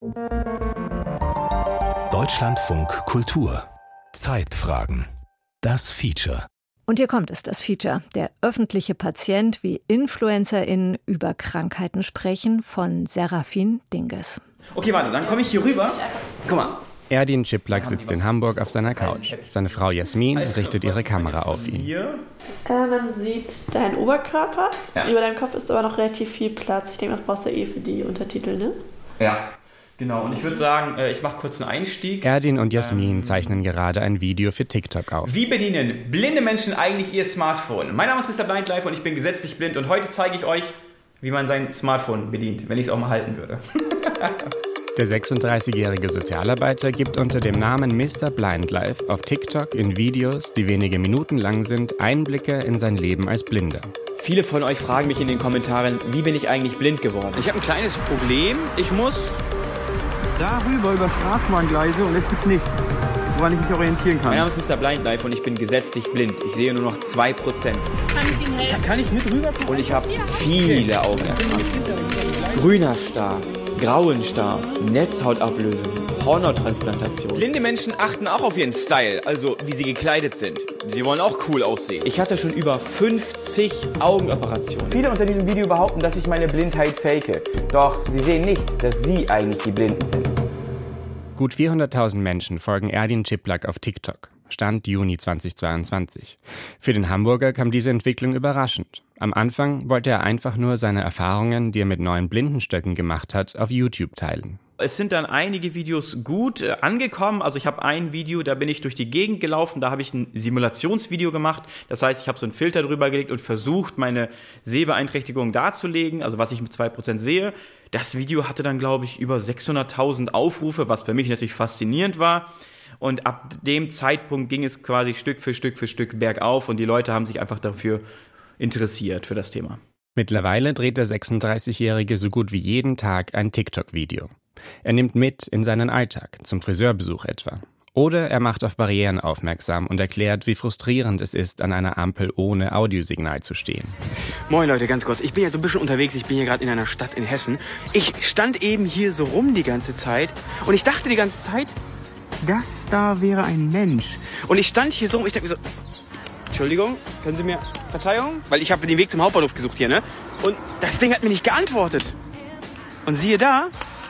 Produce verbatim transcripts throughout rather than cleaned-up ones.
Deutschlandfunk Kultur. Zeitfragen. Das Feature. Und hier kommt es, das Feature. Der öffentliche Patient, wie InfluencerInnen über Krankheiten sprechen, von Serafin Dinges. Okay, warte, dann komme ich hier rüber. Guck mal. Erdin Ciplak sitzt in Hamburg auf seiner Couch. Seine Frau Jasmin richtet ihre Kamera auf ihn. Äh, man sieht deinen Oberkörper. Ja. Über deinem Kopf ist aber noch relativ viel Platz. Ich denke, das brauchst du eh für die Untertitel, ne? Ja. Genau, und ich würde sagen, ich mache kurz einen Einstieg. Erdin und Jasmin ähm, zeichnen gerade ein Video für TikTok auf. Wie bedienen blinde Menschen eigentlich ihr Smartphone? Mein Name ist Mister Blindlife und ich bin gesetzlich blind und heute zeige ich euch, wie man sein Smartphone bedient, wenn ich es auch mal halten würde. Der sechsunddreißigjährige Sozialarbeiter gibt unter dem Namen Mister Blindlife auf TikTok in Videos, die wenige Minuten lang sind, Einblicke in sein Leben als Blinder. Viele von euch fragen mich in den Kommentaren, wie bin ich eigentlich blind geworden? Ich habe ein kleines Problem, ich muss darüber über Straßenbahngleise und es gibt nichts, woran ich mich orientieren kann. Mein Name ist Mister Blindlife und ich bin gesetzlich blind. Ich sehe nur noch zwei Prozent. Kann ich Ihnen helfen? Kann ich mit rüber? Und ich habe viele Augenerkrankungen. Grüner Star, grauen Star, Netzhautablösung, Hornontransplantation. Blinde Menschen achten auch auf ihren Style, also wie sie gekleidet sind. Sie wollen auch cool aussehen. Ich hatte schon über fünfzig Augenoperationen. Viele unter diesem Video behaupten, dass ich meine Blindheit fake. Doch sie sehen nicht, dass sie eigentlich die Blinden sind. Gut vierhunderttausend Menschen folgen Erdin Ciplak auf TikTok. Stand Juni zweitausendzweiundzwanzig. Für den Hamburger kam diese Entwicklung überraschend. Am Anfang wollte er einfach nur seine Erfahrungen, die er mit neuen Blindenstöcken gemacht hat, auf YouTube teilen. Es sind dann einige Videos gut äh, angekommen. Also ich habe ein Video, da bin ich durch die Gegend gelaufen, da habe ich ein Simulationsvideo gemacht. Das heißt, ich habe so einen Filter drüber gelegt und versucht, meine Sehbeeinträchtigung darzulegen, also was ich mit zwei Prozent sehe. Das Video hatte dann, glaube ich, über sechshunderttausend Aufrufe, was für mich natürlich faszinierend war. Und ab dem Zeitpunkt ging es quasi Stück für Stück für Stück bergauf und die Leute haben sich einfach dafür interessiert, für das Thema. Mittlerweile dreht der sechsunddreißigjährige so gut wie jeden Tag ein TikTok-Video. Er nimmt mit in seinen Alltag, zum Friseurbesuch etwa. Oder er macht auf Barrieren aufmerksam und erklärt, wie frustrierend es ist, an einer Ampel ohne Audiosignal zu stehen. Moin Leute, ganz kurz. Ich bin jetzt so ein bisschen unterwegs. Ich bin hier gerade in einer Stadt in Hessen. Ich stand eben hier so rum die ganze Zeit und ich dachte die ganze Zeit, das da wäre ein Mensch. Und ich stand hier so rum, ich dachte mir so, Entschuldigung, können Sie mir, Verzeihung? Weil ich habe den Weg zum Hauptbahnhof gesucht hier, ne? Und das Ding hat mir nicht geantwortet. Und siehe da,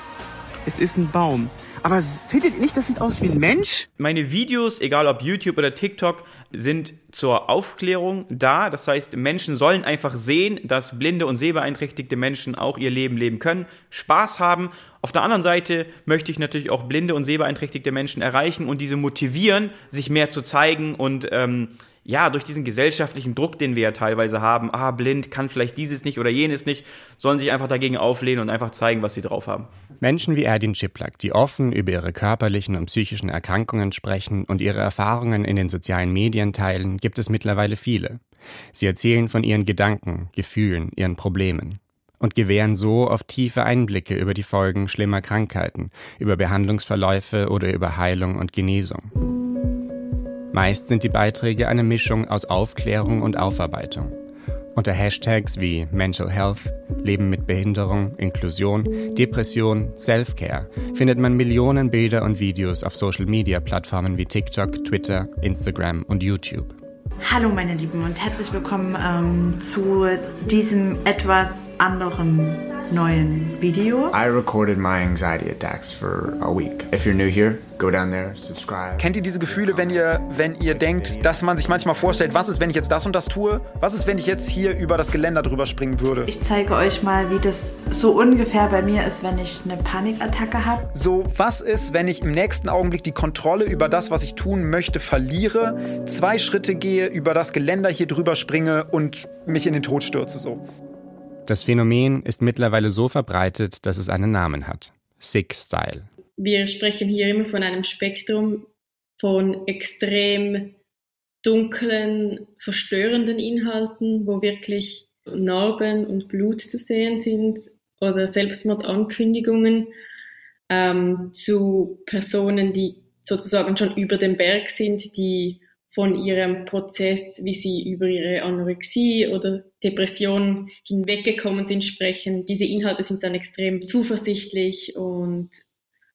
es ist ein Baum. Aber findet ihr nicht, das sieht aus wie ein Mensch? Meine Videos, egal ob YouTube oder TikTok, sind zur Aufklärung da. Das heißt, Menschen sollen einfach sehen, dass blinde und sehbeeinträchtigte Menschen auch ihr Leben leben können, Spaß haben. Auf der anderen Seite möchte ich natürlich auch blinde und sehbeeinträchtigte Menschen erreichen und diese motivieren, sich mehr zu zeigen und ähm, ja, durch diesen gesellschaftlichen Druck, den wir ja teilweise haben, ah, blind, kann vielleicht dieses nicht oder jenes nicht, sollen sich einfach dagegen auflehnen und einfach zeigen, was sie drauf haben. Menschen wie Erdin Ciplak, die offen über ihre körperlichen und psychischen Erkrankungen sprechen und ihre Erfahrungen in den sozialen Medien teilen, gibt es mittlerweile viele. Sie erzählen von ihren Gedanken, Gefühlen, ihren Problemen und gewähren so oft tiefe Einblicke über die Folgen schlimmer Krankheiten, über Behandlungsverläufe oder über Heilung und Genesung. Meist sind die Beiträge eine Mischung aus Aufklärung und Aufarbeitung. Unter Hashtags wie Mental Health, Leben mit Behinderung, Inklusion, Depression, Self-Care findet man Millionen Bilder und Videos auf Social-Media-Plattformen wie TikTok, Twitter, Instagram und YouTube. Hallo meine Lieben und herzlich willkommen ähm, zu diesem etwas anderen neuen Video. I recorded my anxiety attacks for a week. If you're new here, go down there, subscribe. Kennt ihr diese Gefühle, wenn ihr, wenn ihr denkt, dass man sich manchmal vorstellt, was ist, wenn ich jetzt das und das tue? Was ist, wenn ich jetzt hier über das Geländer drüber springen würde? Ich zeige euch mal, wie das so ungefähr bei mir ist, wenn ich eine Panikattacke habe. So, was ist, wenn ich im nächsten Augenblick die Kontrolle über das, was ich tun möchte, verliere, zwei Schritte gehe, über das Geländer hier drüber springe und mich in den Tod stürze, so? Das Phänomen ist mittlerweile so verbreitet, dass es einen Namen hat. Sick Style. Wir sprechen hier immer von einem Spektrum von extrem dunklen, verstörenden Inhalten, wo wirklich Narben und Blut zu sehen sind oder Selbstmordankündigungen, ähm, zu Personen, die sozusagen schon über dem Berg sind, die von ihrem Prozess, wie sie über ihre Anorexie oder Depression hinweggekommen sind, sprechen. Diese Inhalte sind dann extrem zuversichtlich und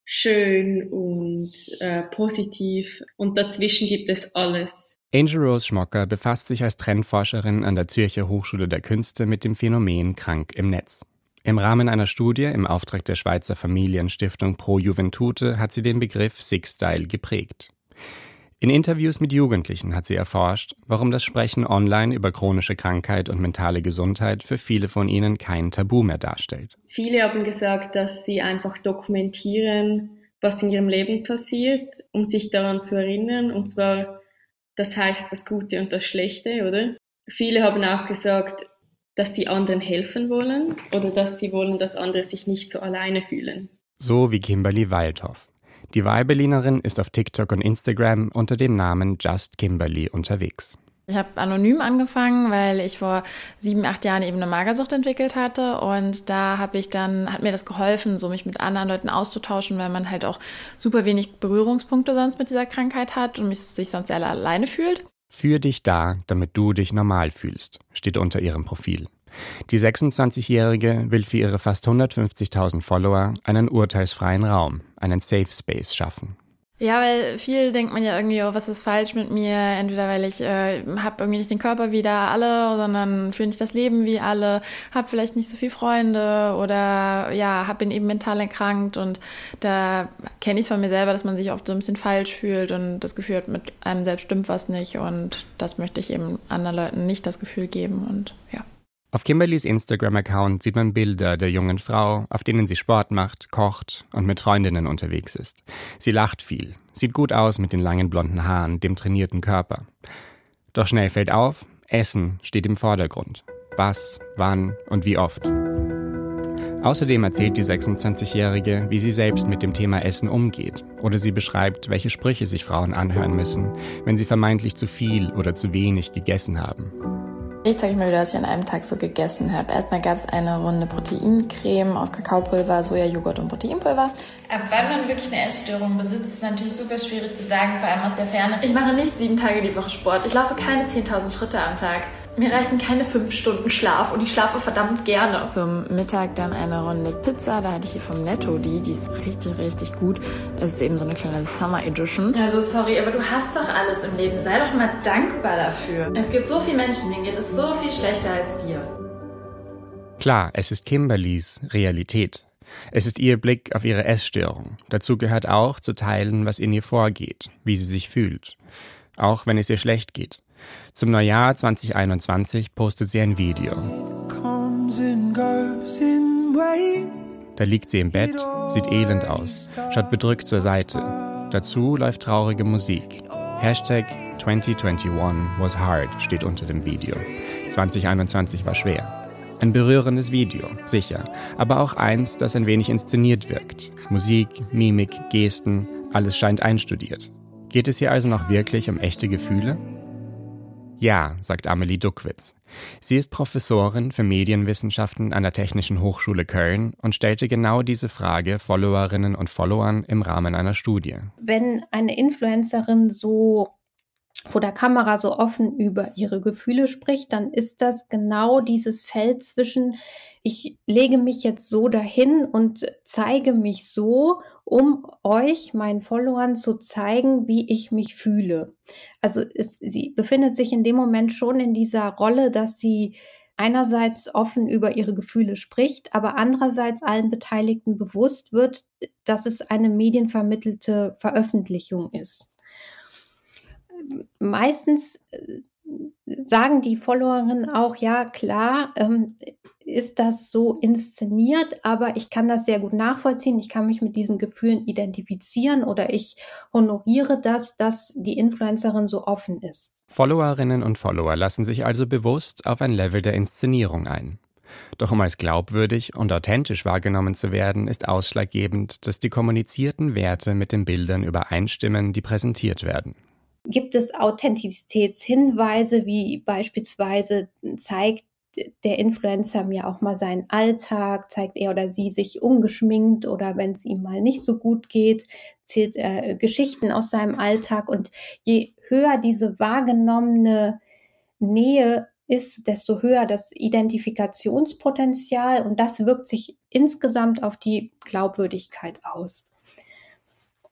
schön und äh, positiv. Und dazwischen gibt es alles. Angel Rose Schmocker befasst sich als Trendforscherin an der Zürcher Hochschule der Künste mit dem Phänomen krank im Netz. Im Rahmen einer Studie im Auftrag der Schweizer Familienstiftung Pro Juventute hat sie den Begriff Sick-Style geprägt. In Interviews mit Jugendlichen hat sie erforscht, warum das Sprechen online über chronische Krankheit und mentale Gesundheit für viele von ihnen kein Tabu mehr darstellt. Viele haben gesagt, dass sie einfach dokumentieren, was in ihrem Leben passiert, um sich daran zu erinnern. Und zwar, das heißt das Gute und das Schlechte, oder? Viele haben auch gesagt, dass sie anderen helfen wollen oder dass sie wollen, dass andere sich nicht so alleine fühlen. So wie Kimberly Waldhoff. Die Wahlberlinerin ist auf TikTok und Instagram unter dem Namen Just Kimberly unterwegs. Ich habe anonym angefangen, weil ich vor sieben, acht Jahren eben eine Magersucht entwickelt hatte und da habe ich dann, hat mir das geholfen, so mich mit anderen Leuten auszutauschen, weil man halt auch super wenig Berührungspunkte sonst mit dieser Krankheit hat und mich, sich sonst sehr alleine fühlt. Für dich da, damit du dich normal fühlst, steht unter ihrem Profil. Die sechsundzwanzigjährige will für ihre fast hundertfünfzigtausend Follower einen urteilsfreien Raum, einen Safe Space schaffen. Ja, weil viel denkt man ja irgendwie, oh, was ist falsch mit mir? Entweder weil ich äh, habe irgendwie nicht den Körper wie da alle, sondern fühle nicht das Leben wie alle, habe vielleicht nicht so viele Freunde oder ja, hab, bin eben mental erkrankt und da kenne ich es von mir selber, dass man sich oft so ein bisschen falsch fühlt und das Gefühl hat, mit einem selbst stimmt was nicht und das möchte ich eben anderen Leuten nicht das Gefühl geben und ja. Auf Kimberlys Instagram-Account sieht man Bilder der jungen Frau, auf denen sie Sport macht, kocht und mit Freundinnen unterwegs ist. Sie lacht viel, sieht gut aus mit den langen blonden Haaren, dem trainierten Körper. Doch schnell fällt auf, Essen steht im Vordergrund. Was, wann und wie oft. Außerdem erzählt die sechsundzwanzigjährige, wie sie selbst mit dem Thema Essen umgeht. Oder sie beschreibt, welche Sprüche sich Frauen anhören müssen, wenn sie vermeintlich zu viel oder zu wenig gegessen haben. Ich zeige mal wieder, was ich an einem Tag so gegessen habe. Erstmal gab es eine Runde Proteincreme aus Kakaopulver, Sojajoghurt und Proteinpulver. Aber weil man wirklich eine Essstörung besitzt, ist es natürlich super schwierig zu sagen, vor allem aus der Ferne. Ich mache nicht sieben Tage die Woche Sport. Ich laufe keine zehntausend Schritte am Tag. Mir reichen keine fünf Stunden Schlaf und ich schlafe verdammt gerne. Zum Mittag dann eine Runde Pizza. Da hatte ich hier vom Netto die. Die ist richtig, richtig gut. Es ist eben so eine kleine Summer Edition. Also sorry, aber du hast doch alles im Leben. Sei doch mal dankbar dafür. Es gibt so viele Menschen, denen geht es so viel schlechter als dir. Klar, es ist Kimberlys Realität. Es ist ihr Blick auf ihre Essstörung. Dazu gehört auch, zu teilen, was in ihr vorgeht, wie sie sich fühlt. Auch wenn es ihr schlecht geht. Zum Neujahr zwanzig einundzwanzig postet sie ein Video. Da liegt sie im Bett, sieht elend aus, schaut bedrückt zur Seite. Dazu läuft traurige Musik. Hashtag zwanzig einundzwanzig was hard steht unter dem Video. zwanzig einundzwanzig war schwer. Ein berührendes Video, sicher, aber auch eins, das ein wenig inszeniert wirkt. Musik, Mimik, Gesten, alles scheint einstudiert. Geht es hier also noch wirklich um echte Gefühle? Ja, sagt Amelie Duckwitz. Sie ist Professorin für Medienwissenschaften an der Technischen Hochschule Köln und stellte genau diese Frage Followerinnen und Followern im Rahmen einer Studie. Wenn eine Influencerin so vor der Kamera so offen über ihre Gefühle spricht, dann ist das genau dieses Feld zwischen, ich lege mich jetzt so dahin und zeige mich so, um euch, meinen Followern, zu zeigen, wie ich mich fühle. Also es, sie befindet sich in dem Moment schon in dieser Rolle, dass sie einerseits offen über ihre Gefühle spricht, aber andererseits allen Beteiligten bewusst wird, dass es eine medienvermittelte Veröffentlichung ist. Meistens sagen die Followerinnen auch, ja klar, ähm, ist das so inszeniert, aber ich kann das sehr gut nachvollziehen, ich kann mich mit diesen Gefühlen identifizieren oder ich honoriere das, dass die Influencerin so offen ist. Followerinnen und Follower lassen sich also bewusst auf ein Level der Inszenierung ein. Doch um als glaubwürdig und authentisch wahrgenommen zu werden, ist ausschlaggebend, dass die kommunizierten Werte mit den Bildern übereinstimmen, die präsentiert werden. Gibt es Authentizitätshinweise, wie beispielsweise zeigt der Influencer mir auch mal seinen Alltag, zeigt er oder sie sich ungeschminkt oder wenn es ihm mal nicht so gut geht, zählt er Geschichten aus seinem Alltag und je höher diese wahrgenommene Nähe ist, desto höher das Identifikationspotenzial und das wirkt sich insgesamt auf die Glaubwürdigkeit aus.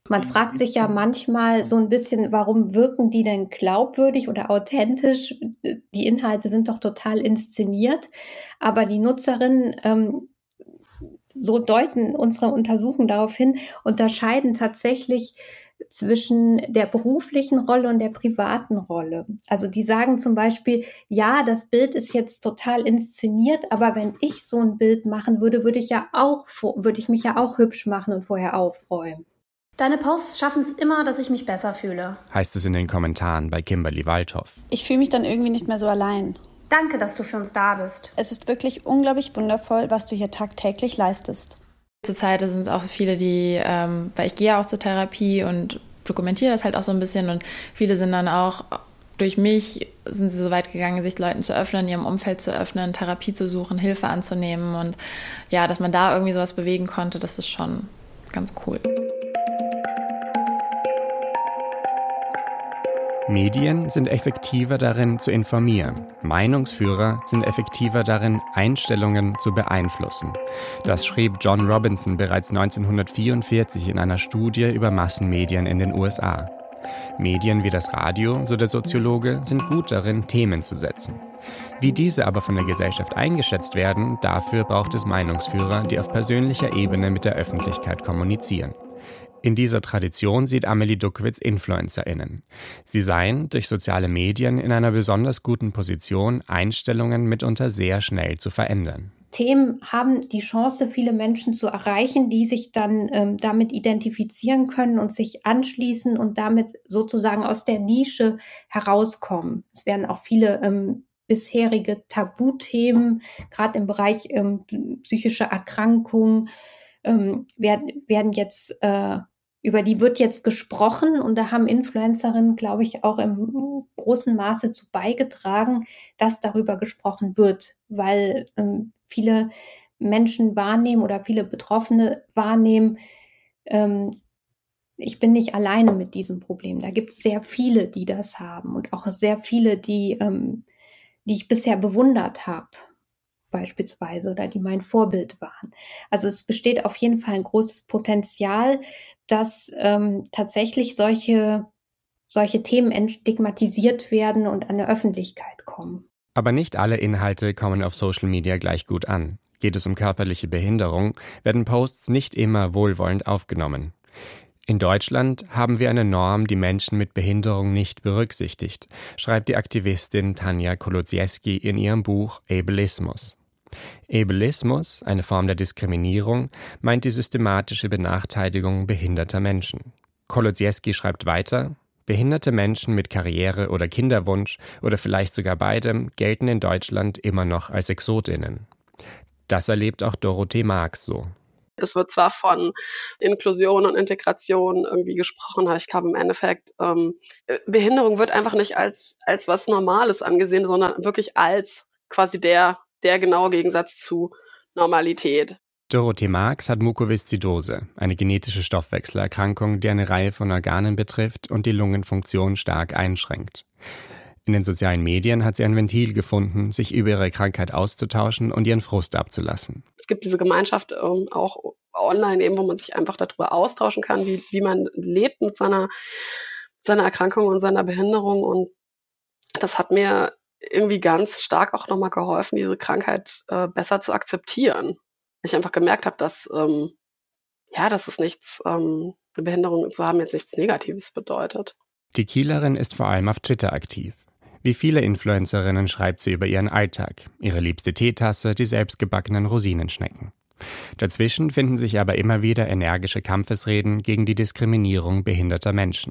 Man fragt sich ja manchmal so ein bisschen, warum wirken die denn glaubwürdig oder authentisch? Die Inhalte sind doch total inszeniert, aber die Nutzerinnen, ähm, so deuten unsere Untersuchungen darauf hin, unterscheiden tatsächlich zwischen der beruflichen Rolle und der privaten Rolle. Also die sagen zum Beispiel, ja, das Bild ist jetzt total inszeniert, aber wenn ich so ein Bild machen würde, würde ich ja auch, würde ich mich ja auch hübsch machen und vorher aufräumen. Deine Posts schaffen es immer, dass ich mich besser fühle. Heißt es in den Kommentaren bei Kimberly Waldhoff. Ich fühle mich dann irgendwie nicht mehr so allein. Danke, dass du für uns da bist. Es ist wirklich unglaublich wundervoll, was du hier tagtäglich leistest. Zurzeit sind es auch viele, die, ähm, weil ich gehe ja auch zur Therapie und dokumentiere das halt auch so ein bisschen und viele sind dann auch, durch mich sind sie so weit gegangen, sich Leuten zu öffnen, ihrem Umfeld zu öffnen, Therapie zu suchen, Hilfe anzunehmen und ja, dass man da irgendwie sowas bewegen konnte, das ist schon ganz cool. Medien sind effektiver darin zu informieren. Meinungsführer sind effektiver darin, Einstellungen zu beeinflussen. Das schrieb John Robinson bereits neunzehnhundertvierundvierzig in einer Studie über Massenmedien in den U S A. Medien wie das Radio, so der Soziologe, sind gut darin, Themen zu setzen. Wie diese aber von der Gesellschaft eingeschätzt werden, dafür braucht es Meinungsführer, die auf persönlicher Ebene mit der Öffentlichkeit kommunizieren. In dieser Tradition sieht Amelie Duckwitz InfluencerInnen. Sie seien durch soziale Medien in einer besonders guten Position, Einstellungen mitunter sehr schnell zu verändern. Themen haben die Chance, viele Menschen zu erreichen, die sich dann ähm, damit identifizieren können und sich anschließen und damit sozusagen aus der Nische herauskommen. Es werden auch viele ähm, bisherige Tabuthemen, gerade im Bereich ähm, psychische Erkrankungen, ähm, werden, werden jetzt, äh, über die wird jetzt gesprochen und da haben Influencerinnen, glaube ich, auch im großen Maße zu beigetragen, dass darüber gesprochen wird, weil ähm, viele Menschen wahrnehmen oder viele Betroffene wahrnehmen, ähm, ich bin nicht alleine mit diesem Problem. Da gibt es sehr viele, die das haben und auch sehr viele, die, ähm, die ich bisher bewundert habe, beispielsweise, oder die mein Vorbild waren. Also es besteht auf jeden Fall ein großes Potenzial, dass ähm, tatsächlich solche, solche Themen entstigmatisiert werden und an der Öffentlichkeit kommen. Aber nicht alle Inhalte kommen auf Social Media gleich gut an. Geht es um körperliche Behinderung, werden Posts nicht immer wohlwollend aufgenommen. In Deutschland haben wir eine Norm, die Menschen mit Behinderung nicht berücksichtigt, schreibt die Aktivistin Tanja Kolodziejski in ihrem Buch Ableismus. Ableismus, eine Form der Diskriminierung, meint die systematische Benachteiligung behinderter Menschen. Kolodziejski schreibt weiter: Behinderte Menschen mit Karriere oder Kinderwunsch oder vielleicht sogar beidem gelten in Deutschland immer noch als ExotInnen. Das erlebt auch Dorothee Marx so. Es wird zwar von Inklusion und Integration irgendwie gesprochen, aber ich glaube im Endeffekt, ähm, Behinderung wird einfach nicht als, als was Normales angesehen, sondern wirklich als quasi der, der genaue Gegensatz zu Normalität. Dorothee Marx hat Mukoviszidose, eine genetische Stoffwechselerkrankung, die eine Reihe von Organen betrifft und die Lungenfunktion stark einschränkt. In den sozialen Medien hat sie ein Ventil gefunden, sich über ihre Krankheit auszutauschen und ihren Frust abzulassen. Es gibt diese Gemeinschaft ähm, auch online, eben, wo man sich einfach darüber austauschen kann, wie, wie man lebt mit seiner, seiner Erkrankung und seiner Behinderung. Und das hat mir irgendwie ganz stark auch nochmal geholfen, diese Krankheit äh, besser zu akzeptieren. Ich einfach gemerkt habe, dass, ähm, ja, dass es nichts, ähm, eine Behinderung zu haben jetzt nichts Negatives bedeutet. Die Kielerin ist vor allem auf Twitter aktiv. Wie viele Influencerinnen schreibt sie über ihren Alltag, ihre liebste Teetasse, die selbstgebackenen Rosinenschnecken. Dazwischen finden sich aber immer wieder energische Kampfesreden gegen die Diskriminierung behinderter Menschen.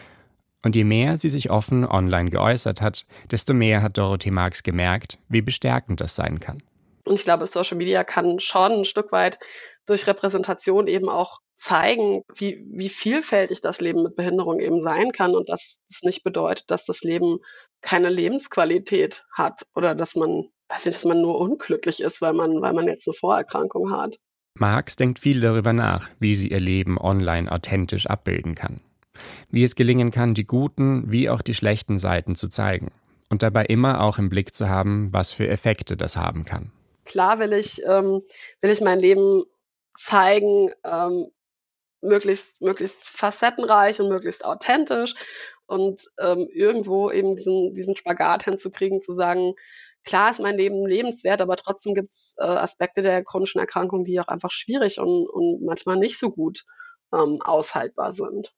Und je mehr sie sich offen online geäußert hat, desto mehr hat Dorothee Marx gemerkt, wie bestärkend das sein kann. Und ich glaube, Social Media kann schon ein Stück weit durch Repräsentation eben auch zeigen, wie, wie vielfältig das Leben mit Behinderung eben sein kann und dass es nicht bedeutet, dass das Leben keine Lebensqualität hat oder dass man, weiß nicht, dass man nur unglücklich ist, weil man, weil man jetzt eine Vorerkrankung hat. Marx denkt viel darüber nach, wie sie ihr Leben online authentisch abbilden kann. Wie es gelingen kann, die guten wie auch die schlechten Seiten zu zeigen und dabei immer auch im Blick zu haben, was für Effekte das haben kann. Klar will ich, ähm, will ich mein Leben zeigen, ähm, möglichst, möglichst facettenreich und möglichst authentisch und ähm, irgendwo eben diesen, diesen Spagat hinzukriegen, zu sagen, klar ist mein Leben lebenswert, aber trotzdem gibt es äh, Aspekte der chronischen Erkrankung, die auch einfach schwierig und, und manchmal nicht so gut ähm, aushaltbar sind.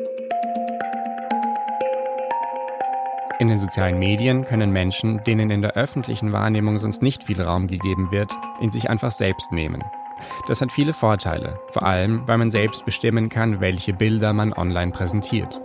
In den sozialen Medien können Menschen, denen in der öffentlichen Wahrnehmung sonst nicht viel Raum gegeben wird, in sich einfach selbst nehmen. Das hat viele Vorteile, vor allem, weil man selbst bestimmen kann, welche Bilder man online präsentiert.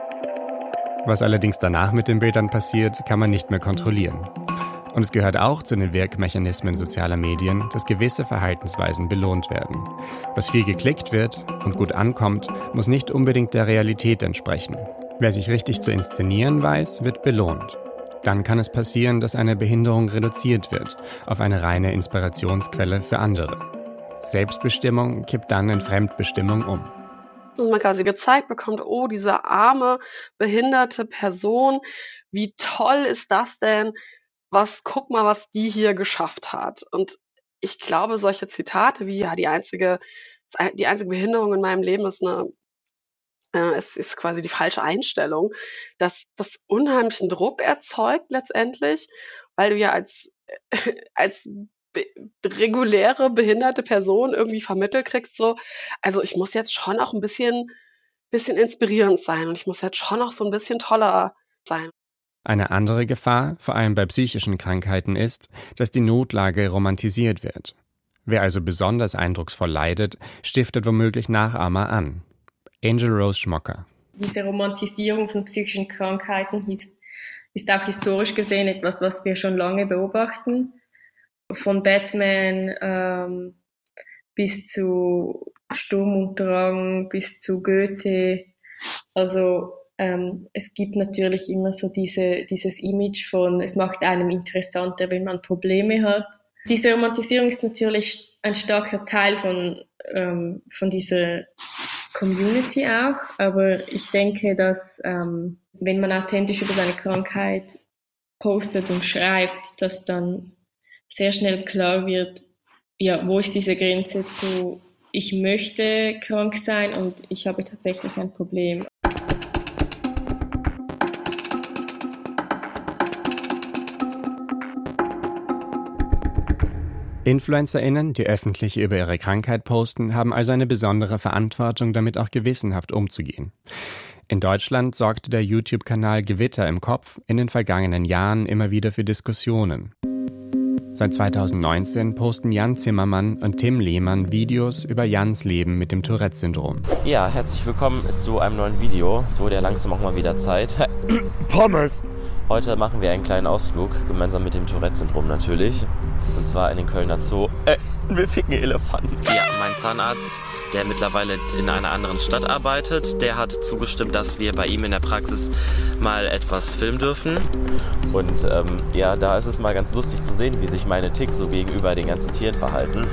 Was allerdings danach mit den Bildern passiert, kann man nicht mehr kontrollieren. Und es gehört auch zu den Wirkmechanismen sozialer Medien, dass gewisse Verhaltensweisen belohnt werden. Was viel geklickt wird und gut ankommt, muss nicht unbedingt der Realität entsprechen. Wer sich richtig zu inszenieren weiß, wird belohnt. Dann kann es passieren, dass eine Behinderung reduziert wird auf eine reine Inspirationsquelle für andere. Selbstbestimmung kippt dann in Fremdbestimmung um. Und man quasi gezeigt bekommt, oh, diese arme, behinderte Person, wie toll ist das denn? Was, guck mal, was die hier geschafft hat. Und ich glaube, solche Zitate wie, ja, die einzige, die einzige Behinderung in meinem Leben ist eine Äh, es ist quasi die falsche Einstellung, dass das unheimlichen Druck erzeugt letztendlich, weil du ja als, äh, als be reguläre, behinderte Person irgendwie vermittelt kriegst, so, also ich muss jetzt schon auch ein bisschen, bisschen inspirierend sein und ich muss jetzt schon auch so ein bisschen toller sein. Eine andere Gefahr, vor allem bei psychischen Krankheiten, ist, dass die Notlage romantisiert wird. Wer also besonders eindrucksvoll leidet, stiftet womöglich Nachahmer an. Angel Rose Schmocker. Diese Romantisierung von psychischen Krankheiten ist, ist auch historisch gesehen etwas, was wir schon lange beobachten. Von Batman ähm, bis zu Sturm und Drang, bis zu Goethe. Also ähm, es gibt natürlich immer so diese, dieses Image von, es macht einem interessanter, wenn man Probleme hat. Diese Romantisierung ist natürlich ein starker Teil von, ähm, von dieser Community auch, aber ich denke, dass ähm, wenn man authentisch über seine Krankheit postet und schreibt, dass dann sehr schnell klar wird, ja, wo ist diese Grenze zu, ich möchte krank sein und ich habe tatsächlich ein Problem. InfluencerInnen, die öffentlich über ihre Krankheit posten, haben also eine besondere Verantwortung, damit auch gewissenhaft umzugehen. In Deutschland sorgte der YouTube-Kanal Gewitter im Kopf in den vergangenen Jahren immer wieder für Diskussionen. Seit zweitausendneunzehn posten Jan Zimmermann und Tim Lehmann Videos über Jans Leben mit dem Tourette-Syndrom. Ja, herzlich willkommen zu einem neuen Video. Es wurde ja langsam auch mal wieder Zeit. Pommes! Heute machen wir einen kleinen Ausflug, gemeinsam mit dem Tourette-Syndrom natürlich. Und zwar in den Kölner Zoo. Äh, wir ficken Elefanten. Ja, mein Zahnarzt, der mittlerweile in einer anderen Stadt arbeitet, der hat zugestimmt, dass wir bei ihm in der Praxis mal etwas filmen dürfen. Und ähm, ja, da ist es mal ganz lustig zu sehen, wie sich meine Ticks so gegenüber den ganzen Tieren verhalten.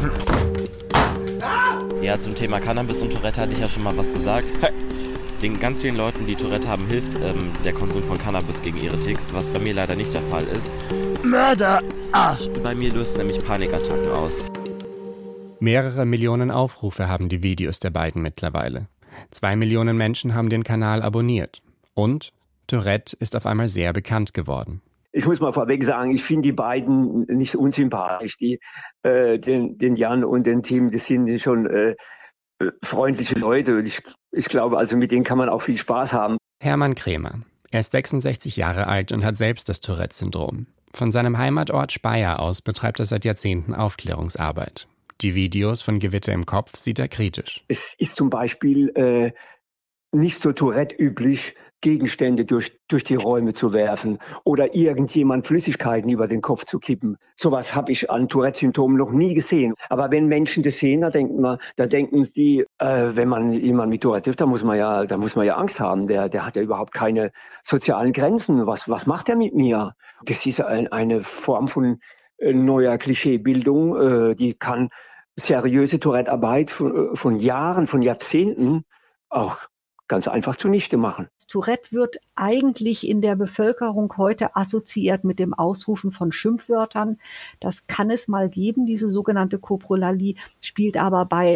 Ja, zum Thema Cannabis und Tourette hatte ich ja schon mal was gesagt. Den ganz vielen Leuten, die Tourette haben, hilft ähm, der Konsum von Cannabis gegen ihre Ticks, was bei mir leider nicht der Fall ist. Mörder! Arsch! Bei mir löst nämlich Panikattacken aus. Mehrere Millionen Aufrufe haben die Videos der beiden mittlerweile. Zwei Millionen Menschen haben den Kanal abonniert. Und Tourette ist auf einmal sehr bekannt geworden. Ich muss mal vorweg sagen, ich finde die beiden nicht unsympathisch. Die, äh, den, den Jan und den Tim, das sind schon äh, freundliche Leute. Und ich, ich glaube, also mit denen kann man auch viel Spaß haben. Hermann Krämer. Er ist sechsundsechzig Jahre alt und hat selbst das Tourette-Syndrom. Von seinem Heimatort Speyer aus betreibt er seit Jahrzehnten Aufklärungsarbeit. Die Videos von Gewitter im Kopf sieht er kritisch. Es ist zum Beispiel äh, nicht so Tourette-üblich, Gegenstände durch, durch die Räume zu werfen oder irgendjemand Flüssigkeiten über den Kopf zu kippen. Sowas habe ich an Tourette-Symptomen noch nie gesehen. Aber wenn Menschen das sehen, da denken man, da denken die, äh, wenn man jemand mit Tourette trifft, da muss man ja, da muss man ja Angst haben. Der, der hat ja überhaupt keine sozialen Grenzen. Was, was macht er mit mir? Das ist ein, eine Form von äh, neuer Klischeebildung, äh, die kann seriöse Tourette-Arbeit von, von Jahren, von Jahrzehnten auch ganz einfach zunichte machen. Tourette wird eigentlich in der Bevölkerung heute assoziiert mit dem Ausrufen von Schimpfwörtern. Das kann es mal geben, diese sogenannte Koprolalie, spielt aber bei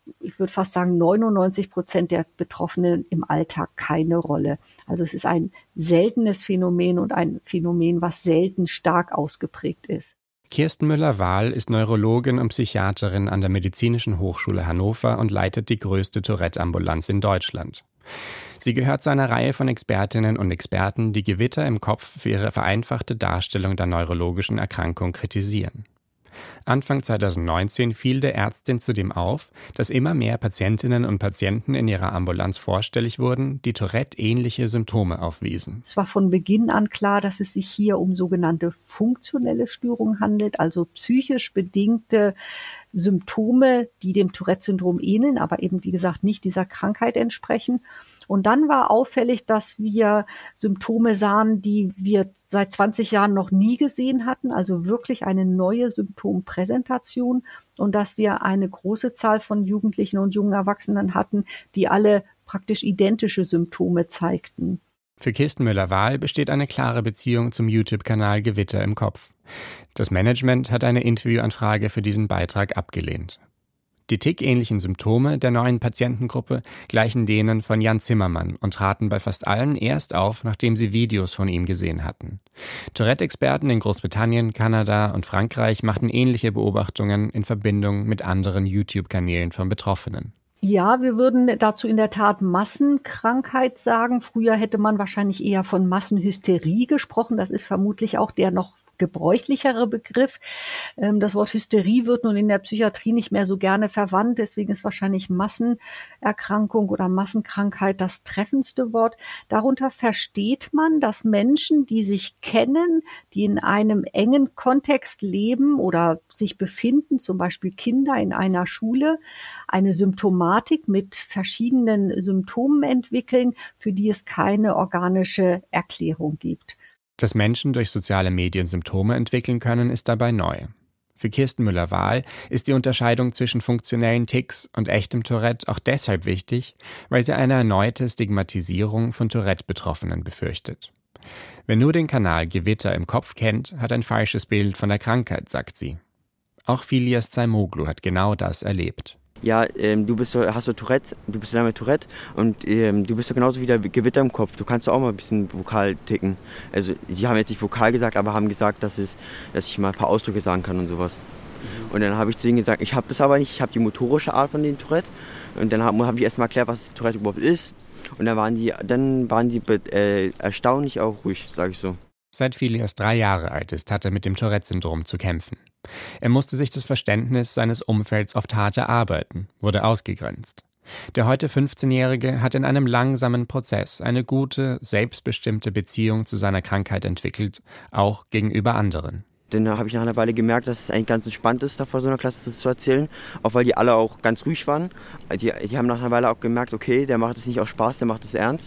ich würde fast sagen, neunundneunzig Prozent der Betroffenen im Alltag keine Rolle. Also es ist ein seltenes Phänomen und ein Phänomen, was selten stark ausgeprägt ist. Kirsten Müller-Wahl ist Neurologin und Psychiaterin an der Medizinischen Hochschule Hannover und leitet die größte Tourette-Ambulanz in Deutschland. Sie gehört zu einer Reihe von Expertinnen und Experten, die Gewitter im Kopf für ihre vereinfachte Darstellung der neurologischen Erkrankung kritisieren. Anfang zweitausendneunzehn fiel der Ärztin zudem auf, dass immer mehr Patientinnen und Patienten in ihrer Ambulanz vorstellig wurden, die Tourette-ähnliche Symptome aufwiesen. Es war von Beginn an klar, dass es sich hier um sogenannte funktionelle Störungen handelt, also psychisch bedingte Symptome, die dem Tourette-Syndrom ähneln, aber eben, wie gesagt, nicht dieser Krankheit entsprechen. Und dann war auffällig, dass wir Symptome sahen, die wir seit zwanzig Jahren noch nie gesehen hatten, also wirklich eine neue Symptompräsentation, und dass wir eine große Zahl von Jugendlichen und jungen Erwachsenen hatten, die alle praktisch identische Symptome zeigten. Für Kirsten Müller-Wahl besteht eine klare Beziehung zum YouTube-Kanal Gewitter im Kopf. Das Management hat eine Interviewanfrage für diesen Beitrag abgelehnt. Die tickähnlichen Symptome der neuen Patientengruppe gleichen denen von Jan Zimmermann und traten bei fast allen erst auf, nachdem sie Videos von ihm gesehen hatten. Tourette-Experten in Großbritannien, Kanada und Frankreich machten ähnliche Beobachtungen in Verbindung mit anderen YouTube-Kanälen von Betroffenen. Ja, wir würden dazu in der Tat Massenkrankheit sagen. Früher hätte man wahrscheinlich eher von Massenhysterie gesprochen. Das ist vermutlich auch der noch gebräuchlichere Begriff. Das Wort Hysterie wird nun in der Psychiatrie nicht mehr so gerne verwandt. Deswegen ist wahrscheinlich Massenerkrankung oder Massenkrankheit das treffendste Wort. Darunter versteht man, dass Menschen, die sich kennen, die in einem engen Kontext leben oder sich befinden, zum Beispiel Kinder in einer Schule, eine Symptomatik mit verschiedenen Symptomen entwickeln, für die es keine organische Erklärung gibt. Dass Menschen durch soziale Medien Symptome entwickeln können, ist dabei neu. Für Kirsten Müller-Wahl ist die Unterscheidung zwischen funktionellen Tics und echtem Tourette auch deshalb wichtig, weil sie eine erneute Stigmatisierung von Tourette-Betroffenen befürchtet. Wer nur den Kanal Gewitter im Kopf kennt, hat ein falsches Bild von der Krankheit, sagt sie. Auch Filias Zaimoglu hat genau das erlebt. Ja, ähm, du bist so, hast so Tourette, du bist ja mit Tourette und ähm, du bist so genauso wie der Gewitter im Kopf. Du kannst auch mal ein bisschen vokal ticken. Also die haben jetzt nicht vokal gesagt, aber haben gesagt, dass, es, dass ich mal ein paar Ausdrücke sagen kann und sowas. Mhm. Und dann habe ich zu ihnen gesagt, ich habe das aber nicht, ich habe die motorische Art von dem Tourette. Und dann habe hab ich erst mal erklärt, was Tourette überhaupt ist. Und dann waren die, dann waren die äh, erstaunlich auch ruhig, sage ich so. Seit Filias drei Jahre alt ist, hat er mit dem Tourette-Syndrom zu kämpfen. Er musste sich das Verständnis seines Umfelds oft hart erarbeiten, wurde ausgegrenzt. Der heute fünfzehnjährige hat in einem langsamen Prozess eine gute, selbstbestimmte Beziehung zu seiner Krankheit entwickelt, auch gegenüber anderen. Dann habe ich nach einer Weile gemerkt, dass es eigentlich ganz entspannt ist, da vor so einer Klasse das zu erzählen, auch weil die alle auch ganz ruhig waren. Die, die haben nach einer Weile auch gemerkt, okay, der macht es nicht aus Spaß, der macht es ernst.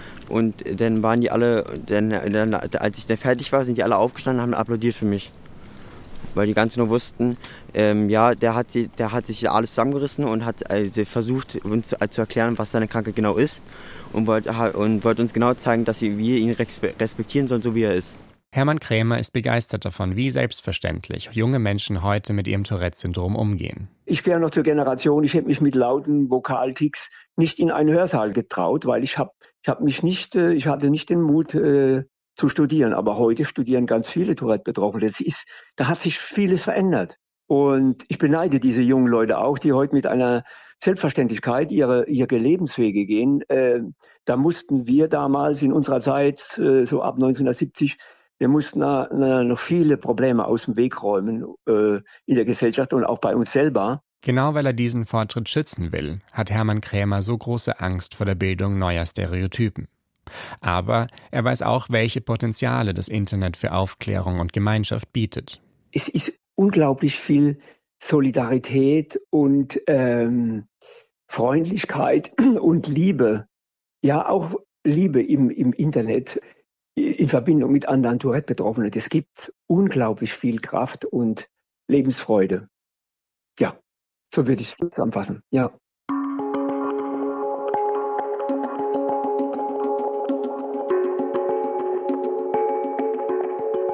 Und dann waren die alle, dann, dann, als ich dann fertig war, sind die alle aufgestanden und haben applaudiert für mich. Weil die ganz nur wussten, ähm, ja, der hat, der hat sich alles zusammengerissen und hat also versucht, uns zu, zu erklären, was seine Krankheit genau ist. Und wollte und wollt uns genau zeigen, dass wir ihn respektieren sollen, so wie er ist. Hermann Krämer ist begeistert davon, wie selbstverständlich junge Menschen heute mit ihrem Tourette-Syndrom umgehen. Ich gehöre noch zur Generation, ich hätte mich mit lauten Vokaltics nicht in einen Hörsaal getraut, weil ich habe ich hab mich nicht, ich hatte nicht den Mut äh, zu studieren. Aber heute studieren ganz viele Tourette-Betroffene. Das ist, da hat sich vieles verändert. Und ich beneide diese jungen Leute auch, die heute mit einer Selbstverständlichkeit ihre, ihre Lebenswege gehen. Äh, da mussten wir damals in unserer Zeit, äh, so ab neunzehnhundertsiebzig, wir mussten na, na, noch viele Probleme aus dem Weg räumen äh, in der Gesellschaft und auch bei uns selber. Genau weil er diesen Fortschritt schützen will, hat Hermann Krämer so große Angst vor der Bildung neuer Stereotypen. Aber er weiß auch, welche Potenziale das Internet für Aufklärung und Gemeinschaft bietet. Es ist unglaublich viel Solidarität und ähm, Freundlichkeit und Liebe. Ja, auch Liebe im, im Internet in Verbindung mit anderen Tourette-Betroffenen. Es gibt unglaublich viel Kraft und Lebensfreude. Ja, so würde ich es zusammenfassen. Ja.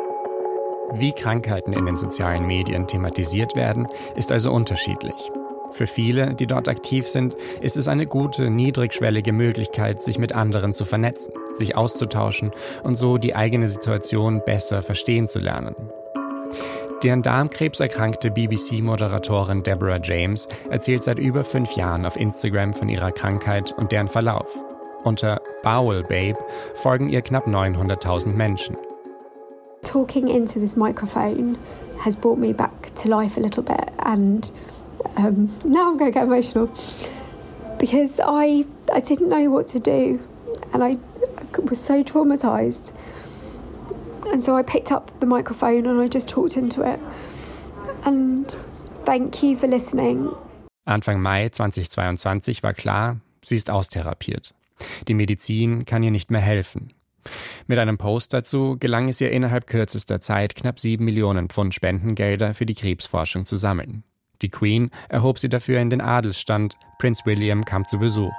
Wie Krankheiten in den sozialen Medien thematisiert werden, ist also unterschiedlich. Für viele, die dort aktiv sind, ist es eine gute, niedrigschwellige Möglichkeit, sich mit anderen zu vernetzen, sich auszutauschen und so die eigene Situation besser verstehen zu lernen. Die an Darmkrebs erkrankte B B C-Moderatorin Deborah James erzählt seit über fünf Jahren auf Instagram von ihrer Krankheit und deren Verlauf. Unter Bowel Babe folgen ihr knapp neunhunderttausend Menschen. Talking into this microphone has brought me back to life a little bit, and um, now I'm going to get emotional because I I didn't know what to do, and I was so traumatized. And so I picked up the microphone and I just talked into it. And thank you for listening. Anfang Mai zweitausendzweiundzwanzig war klar, sie ist austherapiert. Die Medizin kann ihr nicht mehr helfen. Mit einem Post dazu gelang es ihr innerhalb kürzester Zeit, knapp sieben Millionen Pfund Spendengelder für die Krebsforschung zu sammeln. Die Queen erhob sie dafür in den Adelsstand, Prinz William kam zu Besuch.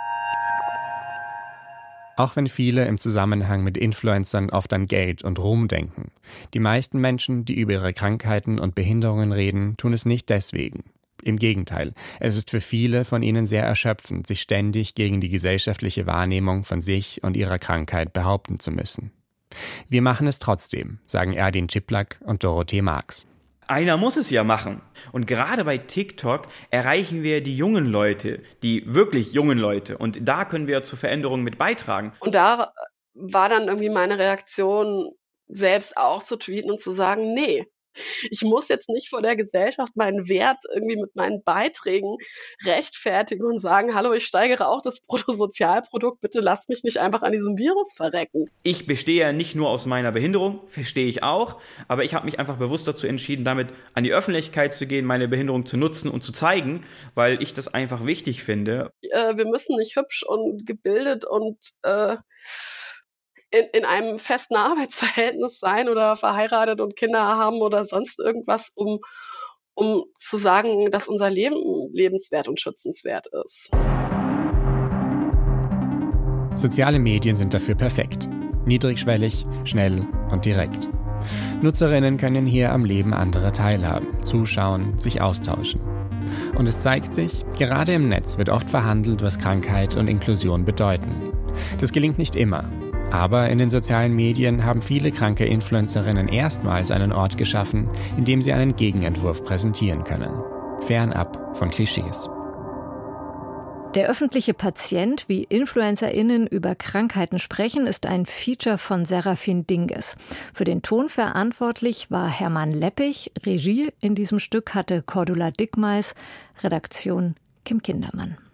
Auch wenn viele im Zusammenhang mit Influencern oft an Geld und Ruhm denken. Die meisten Menschen, die über ihre Krankheiten und Behinderungen reden, tun es nicht deswegen. Im Gegenteil, es ist für viele von ihnen sehr erschöpfend, sich ständig gegen die gesellschaftliche Wahrnehmung von sich und ihrer Krankheit behaupten zu müssen. Wir machen es trotzdem, sagen Erdin Ciplak und Dorothee Marx. Einer muss es ja machen. Und gerade bei TikTok erreichen wir die jungen Leute, die wirklich jungen Leute. Und da können wir zur Veränderung mit beitragen. Und da war dann irgendwie meine Reaktion, selbst auch zu tweeten und zu sagen, nee, ich muss jetzt nicht vor der Gesellschaft meinen Wert irgendwie mit meinen Beiträgen rechtfertigen und sagen, hallo, ich steigere auch das Bruttosozialprodukt, bitte lasst mich nicht einfach an diesem Virus verrecken. Ich bestehe ja nicht nur aus meiner Behinderung, verstehe ich auch, aber ich habe mich einfach bewusst dazu entschieden, damit an die Öffentlichkeit zu gehen, meine Behinderung zu nutzen und zu zeigen, weil ich das einfach wichtig finde. Äh, wir müssen nicht hübsch und gebildet und äh, In, in einem festen Arbeitsverhältnis sein oder verheiratet und Kinder haben oder sonst irgendwas, um, um zu sagen, dass unser Leben lebenswert und schützenswert ist. Soziale Medien sind dafür perfekt. Niedrigschwellig, schnell und direkt. Nutzerinnen können hier am Leben anderer teilhaben, zuschauen, sich austauschen. Und es zeigt sich, gerade im Netz wird oft verhandelt, was Krankheit und Inklusion bedeuten. Das gelingt nicht immer. Aber in den sozialen Medien haben viele kranke Influencerinnen erstmals einen Ort geschaffen, in dem sie einen Gegenentwurf präsentieren können. Fernab von Klischees. Der öffentliche Patient, wie InfluencerInnen über Krankheiten sprechen, ist ein Feature von Serafin Dinges. Für den Ton verantwortlich war Hermann Leppich. Regie in diesem Stück hatte Cordula Dickmeis, Redaktion Kim Kindermann.